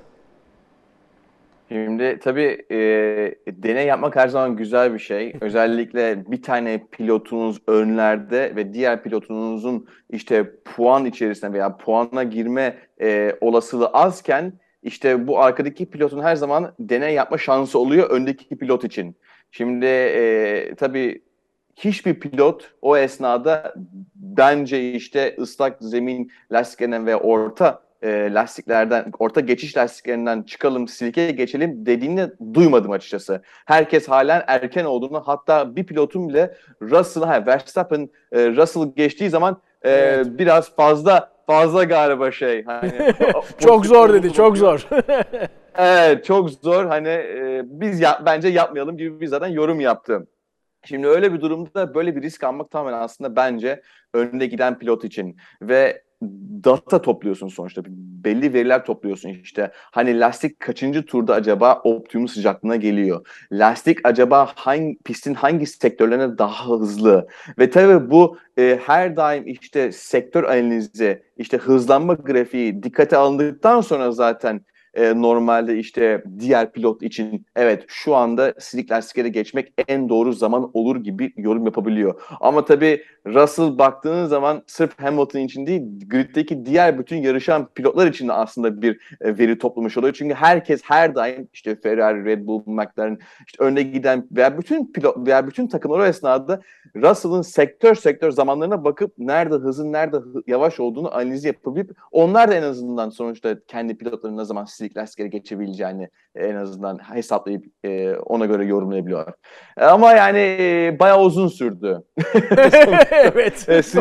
Şimdi tabii deney yapmak her zaman güzel bir şey. Özellikle bir tane pilotunuz önlerde ve diğer pilotunuzun işte puan içerisinde veya puana girme olasılığı azken işte bu arkadaki pilotun her zaman deney yapma şansı oluyor öndeki pilot için. Şimdi tabii hiçbir pilot o esnada bence işte ıslak zemin lastiklerinden ve lastiklerden, orta geçiş lastiklerinden çıkalım, silkeye geçelim dediğini duymadım açıkçası. Herkes halen erken olduğunu, hatta bir pilotun bile Verstappen Russell geçtiği zaman
Evet.
biraz fazla galiba şey. Hani,
Çok zor dedi, çok zor.
evet, çok zor. Hani bence yapmayalım gibi bir zaten yorum yaptım. Şimdi öyle bir durumda böyle bir risk almak tamamen aslında bence önde giden pilot için ve data topluyorsun sonuçta. Belli veriler topluyorsun işte. Hani lastik kaçıncı turda acaba optimum sıcaklığına geliyor? Lastik acaba pistin hangi sektörlerine daha hızlı? Ve tabii bu her daim işte sektör analizi, işte hızlanma grafiği dikkate alındıktan sonra zaten normalde işte diğer pilot için evet şu anda silik lastiklere geçmek en doğru zaman olur gibi yorum yapabiliyor. Ama tabii Russell baktığınız zaman sırf Hamilton için değil, griddeki diğer bütün yarışan pilotlar için de aslında bir veri toplamış oluyor. Çünkü herkes her daim işte Ferrari, Red Bull, McLaren işte önde giden veya bütün pilot veya bütün takımlar o esnada Russell'ın sektör zamanlarına bakıp nerede hızın nerede yavaş olduğunu analiz yapabilip onlar da en azından sonuçta kendi pilotlarının ne zaman silik lastiklere geçebileceğini en azından hesaplayıp ona göre yorumlayabiliyorlar. Ama yani bayağı uzun sürdü.
Evet.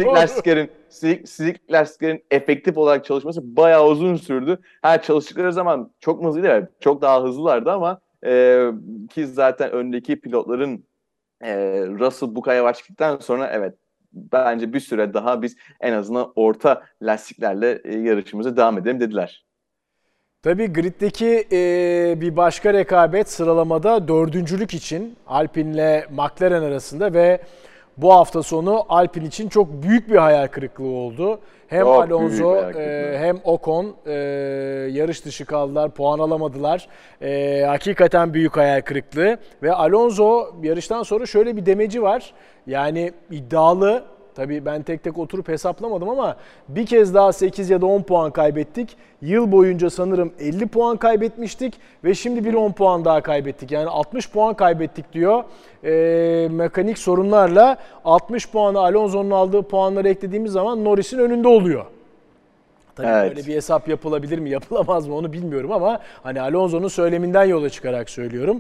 Silik lastiklerin efektif olarak çalışması bayağı uzun sürdü. Çalıştıkları zaman çok mu hızlıydı? Evet, çok daha hızlılardı ama ki zaten öndeki pilotların Russell bu kadar yavaş gittikten sonra evet bence bir süre daha biz en azından orta lastiklerle yarışımıza devam edelim dediler.
Tabii griddeki bir başka rekabet sıralamada dördüncülük için Alpine'le McLaren arasında ve bu hafta sonu Alpine için çok büyük bir hayal kırıklığı oldu. Hem
Çok
Alonso
büyük
hem Ocon yarış dışı kaldılar, puan alamadılar. Hakikaten büyük hayal kırıklığı ve Alonso yarıştan sonra şöyle bir demeci var. Yani iddialı. Tabii ben tek tek oturup hesaplamadım ama bir kez daha 8 ya da 10 puan kaybettik. Yıl boyunca sanırım 50 puan kaybetmiştik ve şimdi bir 10 puan daha kaybettik. Yani 60 puan kaybettik diyor. Mekanik sorunlarla 60 puanı Alonso'nun aldığı puanları eklediğimiz zaman Norris'in önünde oluyor. Tabii
Evet.
böyle bir hesap yapılabilir mi, yapılamaz mı onu bilmiyorum ama hani Alonso'nun söyleminden yola çıkarak söylüyorum.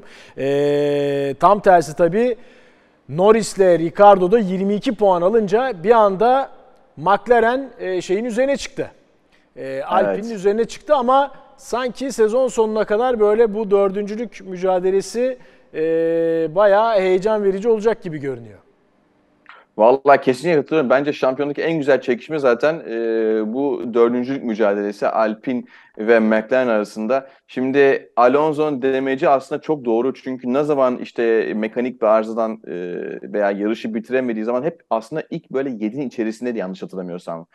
Tam tersi tabii Norris'le Ricardo da 22 puan alınca bir anda McLaren şeyin üzerine çıktı. Alpine'in üzerine çıktı ama sanki sezon sonuna kadar böyle bu dördüncülük mücadelesi bayağı heyecan verici olacak gibi görünüyor.
Vallahi kesinlikle katılıyorum. Bence şampiyonluk en güzel çekişme zaten bu dördüncülük mücadelesi Alpine ve McLaren arasında. Şimdi Alonso'nun demeci aslında çok doğru. Çünkü ne zaman işte mekanik bir arızadan veya yarışı bitiremediği zaman hep aslında ilk böyle 7'nin içerisinde, yanlış hatırlamıyorsam.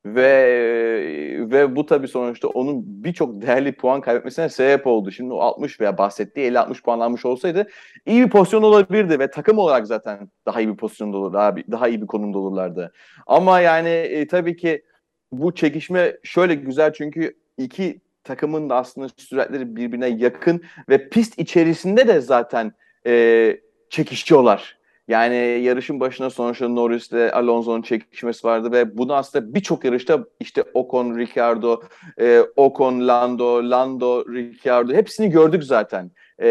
Ve bu tabii sonuçta onun birçok değerli puan kaybetmesine sebep oldu. Şimdi o 60 veya bahsettiği 50-60 puan almış olsaydı iyi bir pozisyon olabilirdi ve takım olarak zaten daha iyi bir pozisyonda olur, daha iyi bir konumda olurlardı. Ama yani tabii ki bu çekişme şöyle güzel, çünkü iki takımın da aslında süratleri birbirine yakın ve pist içerisinde de zaten çekişiyorlar. Yani yarışın başına sonuçta Norris'le Alonso'nun çekişmesi vardı ve bunu aslında birçok yarışta işte Ocon, Ricciardo, Ocon, Lando, Ricciardo hepsini gördük zaten.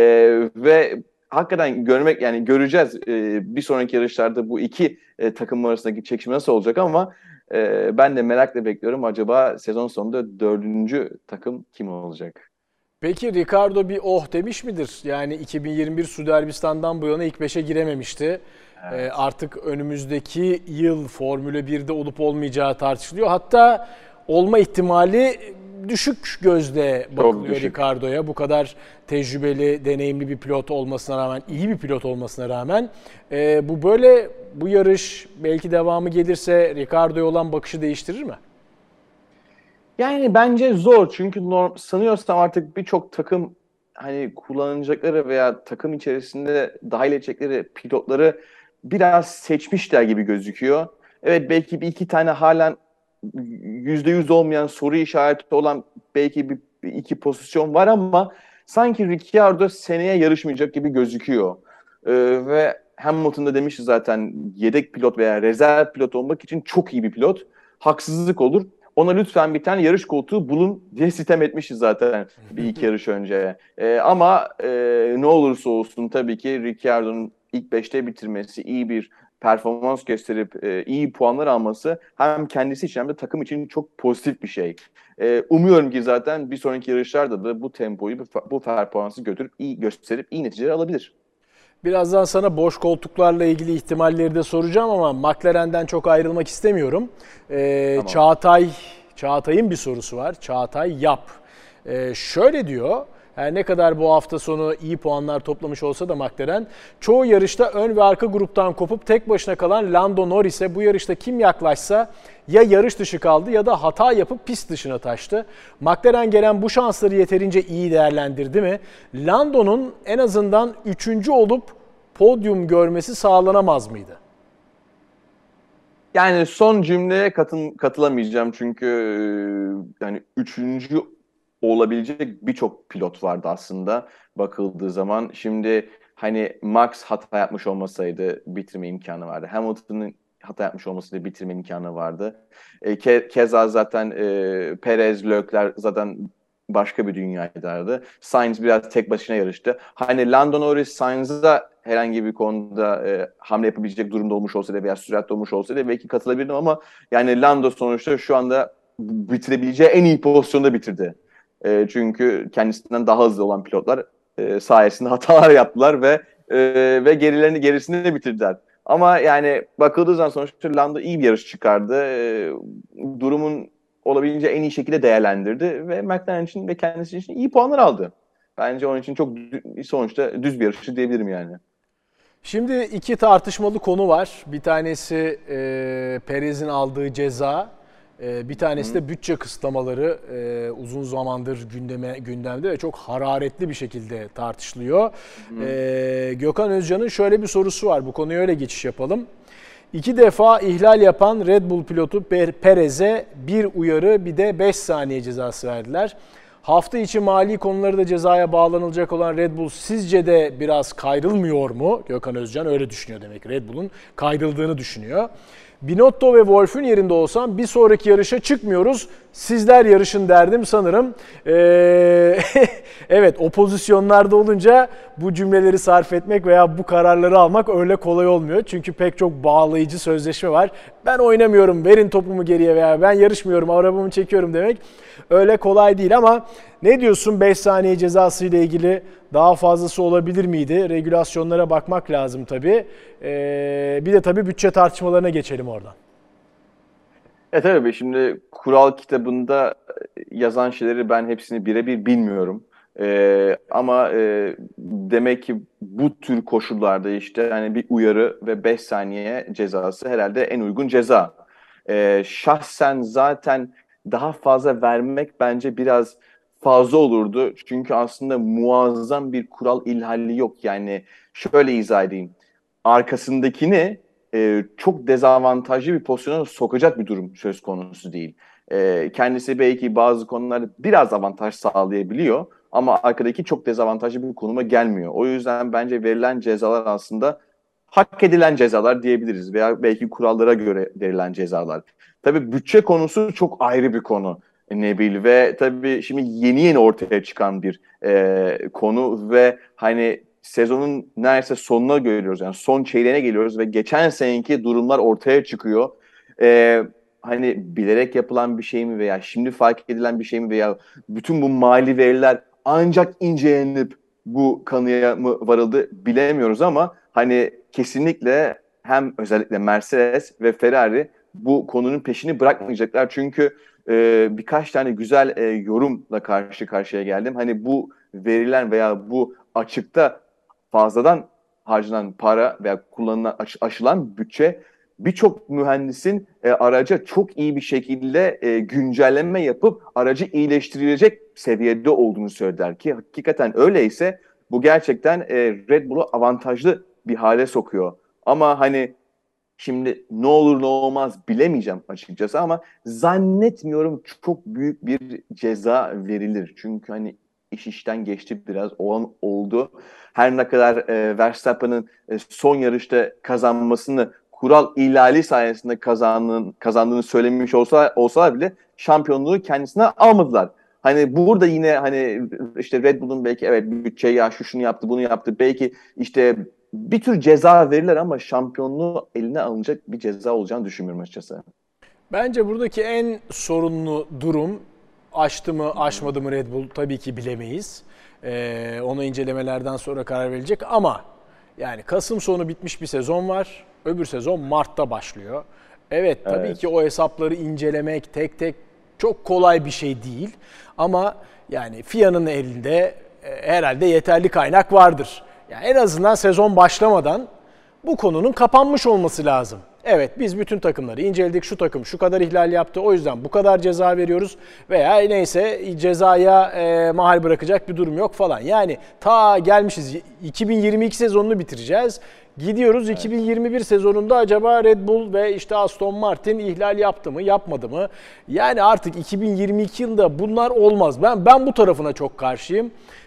Ve hakikaten yani göreceğiz bir sonraki yarışlarda bu iki takım arasındaki çekişme nasıl olacak, ama ben de merakla bekliyorum, acaba sezon sonunda dördüncü takım kim olacak?
Peki Ricardo bir oh demiş midir? Yani 2021 Suudi Arabistan'dan bu yana ilk 5'e girememişti.
Evet.
Artık önümüzdeki yıl Formula 1'de olup olmayacağı tartışılıyor. Hatta olma ihtimali düşük gözle
Çok
bakılıyor
düşük.
Ricardo'ya. Bu kadar tecrübeli, deneyimli bir pilot olmasına rağmen, iyi bir pilot olmasına rağmen bu böyle, bu yarış belki devamı gelirse Ricardo'ya olan bakışı değiştirir mi?
Yani bence zor, çünkü sanıyorsam artık birçok takım hani kullanacakları veya takım içerisinde dahil edecekleri pilotları biraz seçmişler gibi gözüküyor. Evet, belki bir iki tane halen %100 olmayan, soru işareti olan belki bir iki pozisyon var, ama sanki Ricciardo seneye yarışmayacak gibi gözüküyor. Ve Hamilton da demişti zaten, yedek pilot veya rezerv pilot olmak için çok iyi bir pilot. Haksızlık olur. Ona lütfen bir tane yarış koltuğu bulun diye sitem etmişiz zaten bir iki yarış önce. Ama ne olursa olsun tabii ki Ricciardo'nun ilk beşte bitirmesi, iyi bir performans gösterip iyi puanlar alması hem kendisi için hem de takım için çok pozitif bir şey. Umuyorum ki zaten bir sonraki yarışlarda da bu tempoyu, bu performansı götürüp iyi gösterip iyi neticeler alabilir.
Birazdan sana boş koltuklarla ilgili ihtimalleri de soracağım ama McLaren'den çok ayrılmak istemiyorum.
Tamam.
Çağatay'ın bir sorusu var. Çağatay Yap. Şöyle diyor, her ne kadar bu hafta sonu iyi puanlar toplamış olsa da McLaren, çoğu yarışta ön ve arka gruptan kopup tek başına kalan Lando Norris'e bu yarışta kim yaklaşsa ya yarış dışı kaldı ya da hata yapıp pist dışına taştı. McLaren gelen bu şansları yeterince iyi değerlendirdi mi? Lando'nun en azından 3. olup podyum görmesi sağlanamaz mıydı?
Yani son cümleye katılamayacağım, çünkü yani üçüncü olabilecek birçok pilot vardı aslında bakıldığı zaman. Şimdi hani Max hata yapmış olmasaydı bitirme imkanı vardı. Hamilton'ın hata yapmış olmasaydı bitirme imkanı vardı. Keza zaten Perez, Leclerc zaten başka bir dünyaydı. Sainz biraz tek başına yarıştı. Hani Lando Norris Sainz'a herhangi bir konuda hamle yapabilecek durumda olmuş olsaydı veya süratli olmuş olsaydı belki katılabilirdim, ama yani Lando sonuçta şu anda bitirebileceği en iyi pozisyonda bitirdi. Çünkü kendisinden daha hızlı olan pilotlar sayesinde hatalar yaptılar ve gerisini de bitirdiler. Ama yani bakıldığı zaman sonuçta Lando iyi bir yarış çıkardı. Durumun olabildiğince en iyi şekilde değerlendirdi ve McLaren için ve kendisi için iyi puanlar aldı. Bence onun için çok sonuçta düz bir yarışı diyebilirim yani.
Şimdi iki tartışmalı konu var. Bir tanesi Perez'in aldığı ceza, bir tanesi de bütçe kısıtlamaları, uzun zamandır gündemde ve çok hararetli bir şekilde tartışılıyor. Gökhan Özcan'ın şöyle bir sorusu var. Bu konuya öyle geçiş yapalım. 2 defa ihlal yapan Red Bull pilotu Perez'e bir uyarı, bir de 5 saniye cezası verdiler. Hafta içi mali konuları da cezaya bağlanılacak olan Red Bull sizce de biraz kayrılmıyor mu? Gökhan Özcan öyle düşünüyor demek. Red Bull'un kayrıldığını düşünüyor. Binotto ve Wolff'ün yerinde olsam bir sonraki yarışa çıkmıyoruz. Sizler yarışın derdim sanırım. Evet, o pozisyonlarda olunca bu cümleleri sarf etmek veya bu kararları almak öyle kolay olmuyor. Çünkü pek çok bağlayıcı sözleşme var. Ben oynamıyorum, verin topumu geriye veya ben yarışmıyorum, arabamı çekiyorum demek öyle kolay değil, ama Ne diyorsun 5 saniye cezası ile ilgili daha fazlası olabilir miydi? Regülasyonlara bakmak lazım tabii. Bir de tabii bütçe tartışmalarına geçelim oradan.
Tabii şimdi kural kitabında yazan şeyleri ben hepsini birebir bilmiyorum. Ama demek ki bu tür koşullarda işte hani bir uyarı ve 5 saniye cezası herhalde en uygun ceza. Şahsen zaten daha fazla vermek bence biraz fazla olurdu. Çünkü aslında muazzam bir kural ihlali yok. Yani şöyle izah edeyim. Arkasındakini çok dezavantajlı bir pozisyona sokacak bir durum söz konusu değil. Kendisi belki bazı konularda biraz avantaj sağlayabiliyor ama arkadaki çok dezavantajlı bir konuma gelmiyor. O yüzden bence verilen cezalar aslında hak edilen cezalar diyebiliriz veya belki kurallara göre verilen cezalar. Tabii bütçe konusu çok ayrı bir konu Nebil ve tabii şimdi yeni ortaya çıkan bir konu ve hani sezonun neredeyse sonuna geliyoruz. Yani son çeyreğine geliyoruz ve geçen seneki durumlar ortaya çıkıyor. Hani bilerek yapılan bir şey mi veya şimdi fark edilen bir şey mi veya bütün bu mali veriler ancak incelenip bu kanıya mı varıldı bilemiyoruz ama hani kesinlikle hem özellikle Mercedes ve Ferrari bu konunun peşini bırakmayacaklar. Çünkü birkaç tane güzel yorumla karşı karşıya geldim. Hani bu verilen veya bu açıkta fazladan harcanan para veya kullanılan aşılan bütçe birçok mühendisin araca çok iyi bir şekilde güncelleme yapıp aracı iyileştirilecek seviyede olduğunu söylediler ki hakikaten öyleyse bu gerçekten Red Bull'u avantajlı bir hale sokuyor. Ama hani şimdi ne olur ne olmaz bilemeyeceğim açıkçası ama zannetmiyorum çok büyük bir ceza verilir. Çünkü hani iş işten geçti biraz olan oldu. Her ne kadar Verstappen'ın son yarışta kazanmasını kural ihlali sayesinde kazandığını söylemiş olsalar bile şampiyonluğu kendisine almadılar. Hani burada yine hani işte Red Bull'un belki evet bütçe ya şunu yaptı bunu yaptı belki işte bir tür ceza verirler ama şampiyonluğu eline alınacak bir ceza olacağını düşünmüyorum açıkçası.
Bence buradaki en sorunlu durum aştı mı aşmadı mı Red Bull tabii ki bilemeyiz. Onu incelemelerden sonra karar verilecek ama yani Kasım sonu bitmiş bir sezon var. Öbür sezon Mart'ta başlıyor. Evet tabii ki o hesapları incelemek tek tek çok kolay bir şey değil. Ama yani FIA'nın elinde herhalde yeterli kaynak vardır. Yani en azından sezon başlamadan bu konunun kapanmış olması lazım. Evet biz bütün takımları inceledik. Şu takım şu kadar ihlal yaptı. O yüzden bu kadar ceza veriyoruz. Veya neyse cezaya mahal bırakacak bir durum yok falan. Yani ta gelmişiz 2022 sezonunu bitireceğiz. Gidiyoruz 2021 sezonunda acaba Red Bull ve işte Aston Martin ihlal yaptı mı yapmadı mı? Yani artık 2022 yılında bunlar olmaz. Ben bu tarafına çok karşıyım.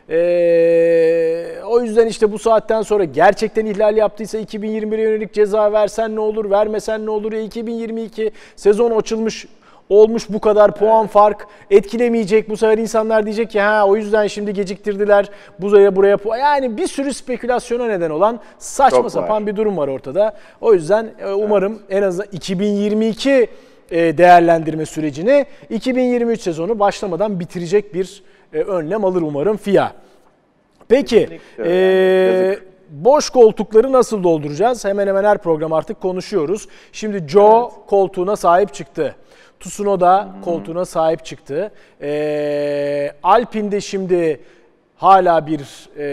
O yüzden işte bu saatten sonra gerçekten ihlal yaptıysa 2021'e yönelik ceza versen ne olur, vermesen ne olur ya 2022 sezon açılmış olmuş bu kadar puan fark etkilemeyecek. Bu sefer insanlar diyecek ki ha o yüzden şimdi geciktirdiler buraya yani bir sürü spekülasyona neden olan saçma sapan bir durum var ortada. O yüzden umarım en azından 2022 değerlendirme sürecini 2023 sezonu başlamadan bitirecek bir önlem alır umarım FIA. Peki boş koltukları nasıl dolduracağız? Hemen hemen her program artık konuşuyoruz. Şimdi Joe koltuğuna sahip çıktı. Tsunoda koltuğuna sahip çıktı. Alpine'de şimdi hala bir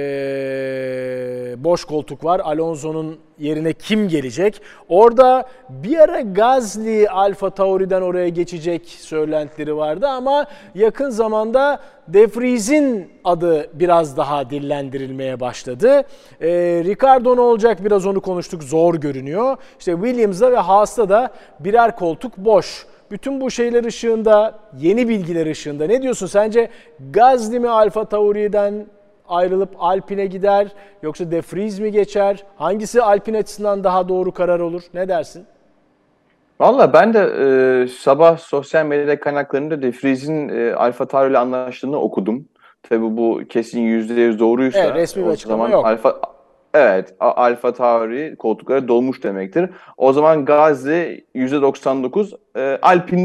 boş koltuk var. Alonso'nun yerine kim gelecek? Orada bir ara Gasly Alfa Tauri'den oraya geçecek söylentileri vardı ama yakın zamanda De Vries'in adı biraz daha dillendirilmeye başladı. Ricardo ne olacak? Biraz onu konuştuk. Zor görünüyor. İşte Williams'da ve Haas'ta da birer koltuk boş. Bütün bu şeyler ışığında, yeni bilgiler ışığında ne diyorsun? Sence Gasly mi Alfa Tauri'den ayrılıp Alpine'e gider yoksa De Vries mi geçer? Hangisi Alpine açısından daha doğru karar olur? Ne dersin?
Valla ben de sabah sosyal medya kaynaklarında De Vries'in Alfa Tauri ile anlaştığını okudum. Tabii bu kesin %100 doğruysa
Evet, resmi bir
o
açıklama
zaman
yok.
Alfa Tauri koltukları dolmuş demektir. O zaman Gasly %99 Alpine'de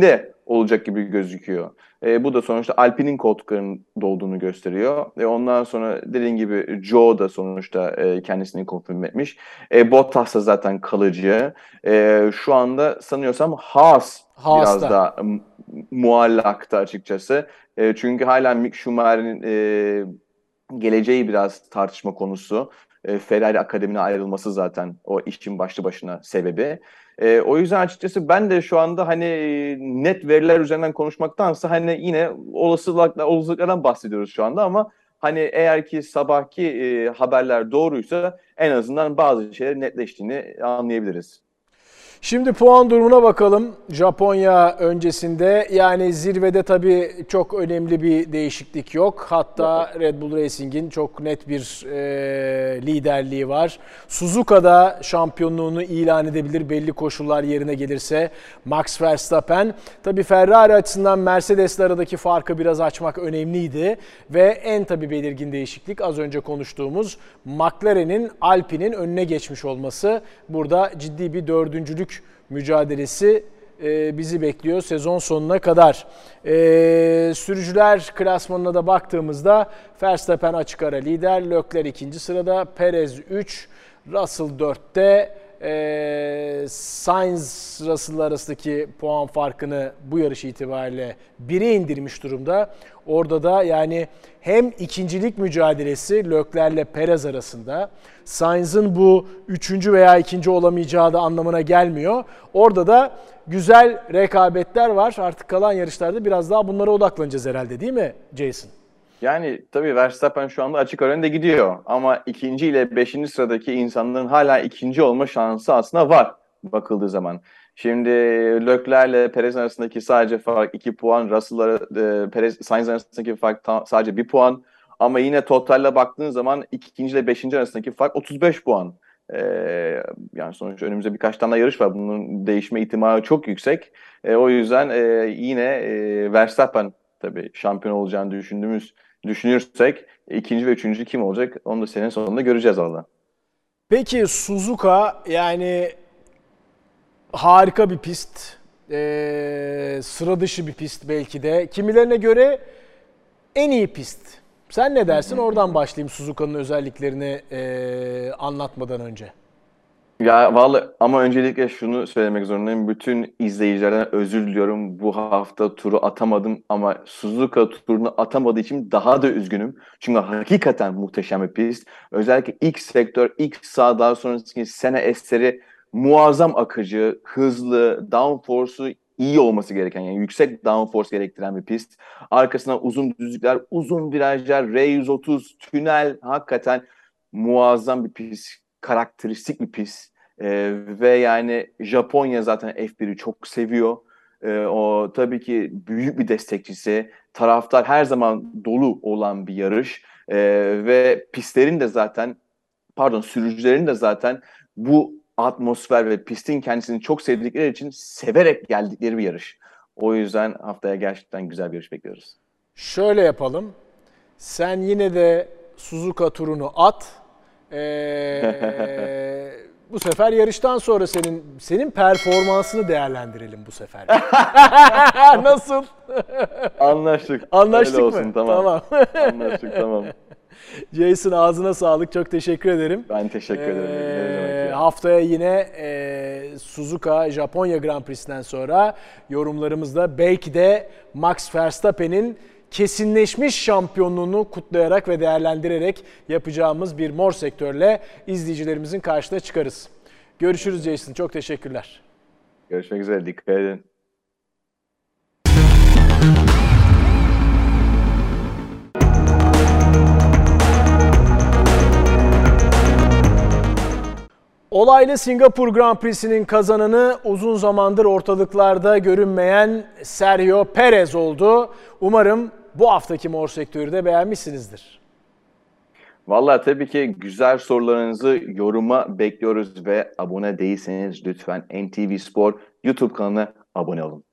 olacak gibi gözüküyor. Bu da sonuçta Alpine'in koltuklarının dolduğunu gösteriyor. Ondan sonra dediğin gibi Joe da sonuçta kendisini konfirm etmiş. Bottas da zaten kalıcı. Şu anda sanıyorsam Haas biraz
Haas'ta.
da muallakta açıkçası. Çünkü hala Mick Schumacher'in geleceği biraz tartışma konusu. Ferrari Akademi'ne ayrılması zaten o işin başlı başına sebebi. O yüzden açıkçası ben de şu anda hani net veriler üzerinden konuşmaktansa hani yine olasılıklardan bahsediyoruz şu anda ama hani eğer ki sabahki haberler doğruysa en azından bazı şeyler netleştiğini anlayabiliriz.
Şimdi puan durumuna bakalım. Japonya öncesinde yani zirvede tabii çok önemli bir değişiklik yok. Hatta Red Bull Racing'in çok net bir liderliği var. Suzuka'da şampiyonluğunu ilan edebilir belli koşullar yerine gelirse Max Verstappen. Tabii Ferrari açısından Mercedes'le aradaki farkı biraz açmak önemliydi. Ve en tabii belirgin değişiklik az önce konuştuğumuz McLaren'in Alpine'in önüne geçmiş olması. Burada ciddi bir dördüncülük mücadelesi bizi bekliyor sezon sonuna kadar. Sürücüler klasmanına da baktığımızda Verstappen açık ara lider, Leclerc ikinci sırada, Perez 3, Russell 4'te. Sainz Russell arasındaki puan farkını bu yarış itibariyle 1'e indirmiş durumda. Orada da yani hem ikincilik mücadelesi Leclerc'le Perez arasında, Sainz'ın bu üçüncü veya ikinci olamayacağı da anlamına gelmiyor. Orada da güzel rekabetler var. Artık kalan yarışlarda biraz daha bunlara odaklanacağız herhalde, değil mi Jason?
Yani tabii Verstappen şu anda açık ara önde gidiyor ama ikinci ile beşinci sıradaki insanların hala ikinci olma şansı aslında var bakıldığı zaman. Şimdi Leclerc'le Perez arasındaki sadece fark 2 puan, Russell'la Perez Sainz arasındaki fark sadece 1 puan ama yine totalle baktığın zaman ikinci ile beşinci arasındaki fark 35 puan. Yani sonuçta önümüzde birkaç tane yarış var. Bunun değişme ihtimali çok yüksek. O yüzden yine Verstappen tabii şampiyon olacağını düşünürsek ikinci ve üçüncü kim olacak? Onu da senin sonunda göreceğiz valla.
Peki Suzuka yani harika bir pist. Sıra dışı bir pist belki de. Kimilerine göre en iyi pist. Sen ne dersin? Oradan başlayayım Suzuka'nın özelliklerini anlatmadan önce.
Ya vallahi ama öncelikle şunu söylemek zorundayım. Bütün izleyicilerden özür diliyorum. Bu hafta turu atamadım ama Suzuka turunu atamadığı için daha da üzgünüm. Çünkü hakikaten muhteşem bir pist. Özellikle ilk sektör, ilk sağ daha sonraki sene eseri muazzam akıcı, hızlı, downforce'u iyi olması gereken yani yüksek downforce gerektiren bir pist. Arkasından uzun düzlükler, uzun virajlar, R130, tünel hakikaten muazzam bir pist. Karakteristik bir pist. Ve yani Japonya zaten F1'i çok seviyor. O tabii ki büyük bir destekçisi. Taraftar her zaman dolu olan bir yarış. Ve pistlerin de zaten sürücülerin de zaten bu atmosfer ve pistin kendisini çok sevdikleri için severek geldikleri bir yarış. O yüzden haftaya gerçekten güzel bir yarış bekliyoruz.
Şöyle yapalım. Sen yine de Suzuka turunu at. Bu sefer yarıştan sonra senin performansını değerlendirelim bu sefer. Nasıl?
Anlaştık.
Anlaştık
Öyle
mı?
olsun, tamam. Anlaştık, tamam.
Jason ağzına sağlık. Çok teşekkür ederim.
Ben teşekkür ederim. Ne demek ya.
Haftaya yine Suzuka Japonya Grand Prix'sinden sonra yorumlarımızda belki de Max Verstappen'in kesinleşmiş şampiyonluğunu kutlayarak ve değerlendirerek yapacağımız bir mor sektörle izleyicilerimizin karşısına çıkarız. Görüşürüz Jason. Çok teşekkürler.
Görüşmek üzere. Dikkat edin.
Olaylı Singapur Grand Prix'sinin kazananı uzun zamandır ortalıklarda görünmeyen Sergio Perez oldu. Umarım bu haftaki mor sektörü de beğenmişsinizdir.
Vallahi tabii ki güzel sorularınızı yoruma bekliyoruz ve abone değilseniz lütfen NTV Spor YouTube kanalına abone olun.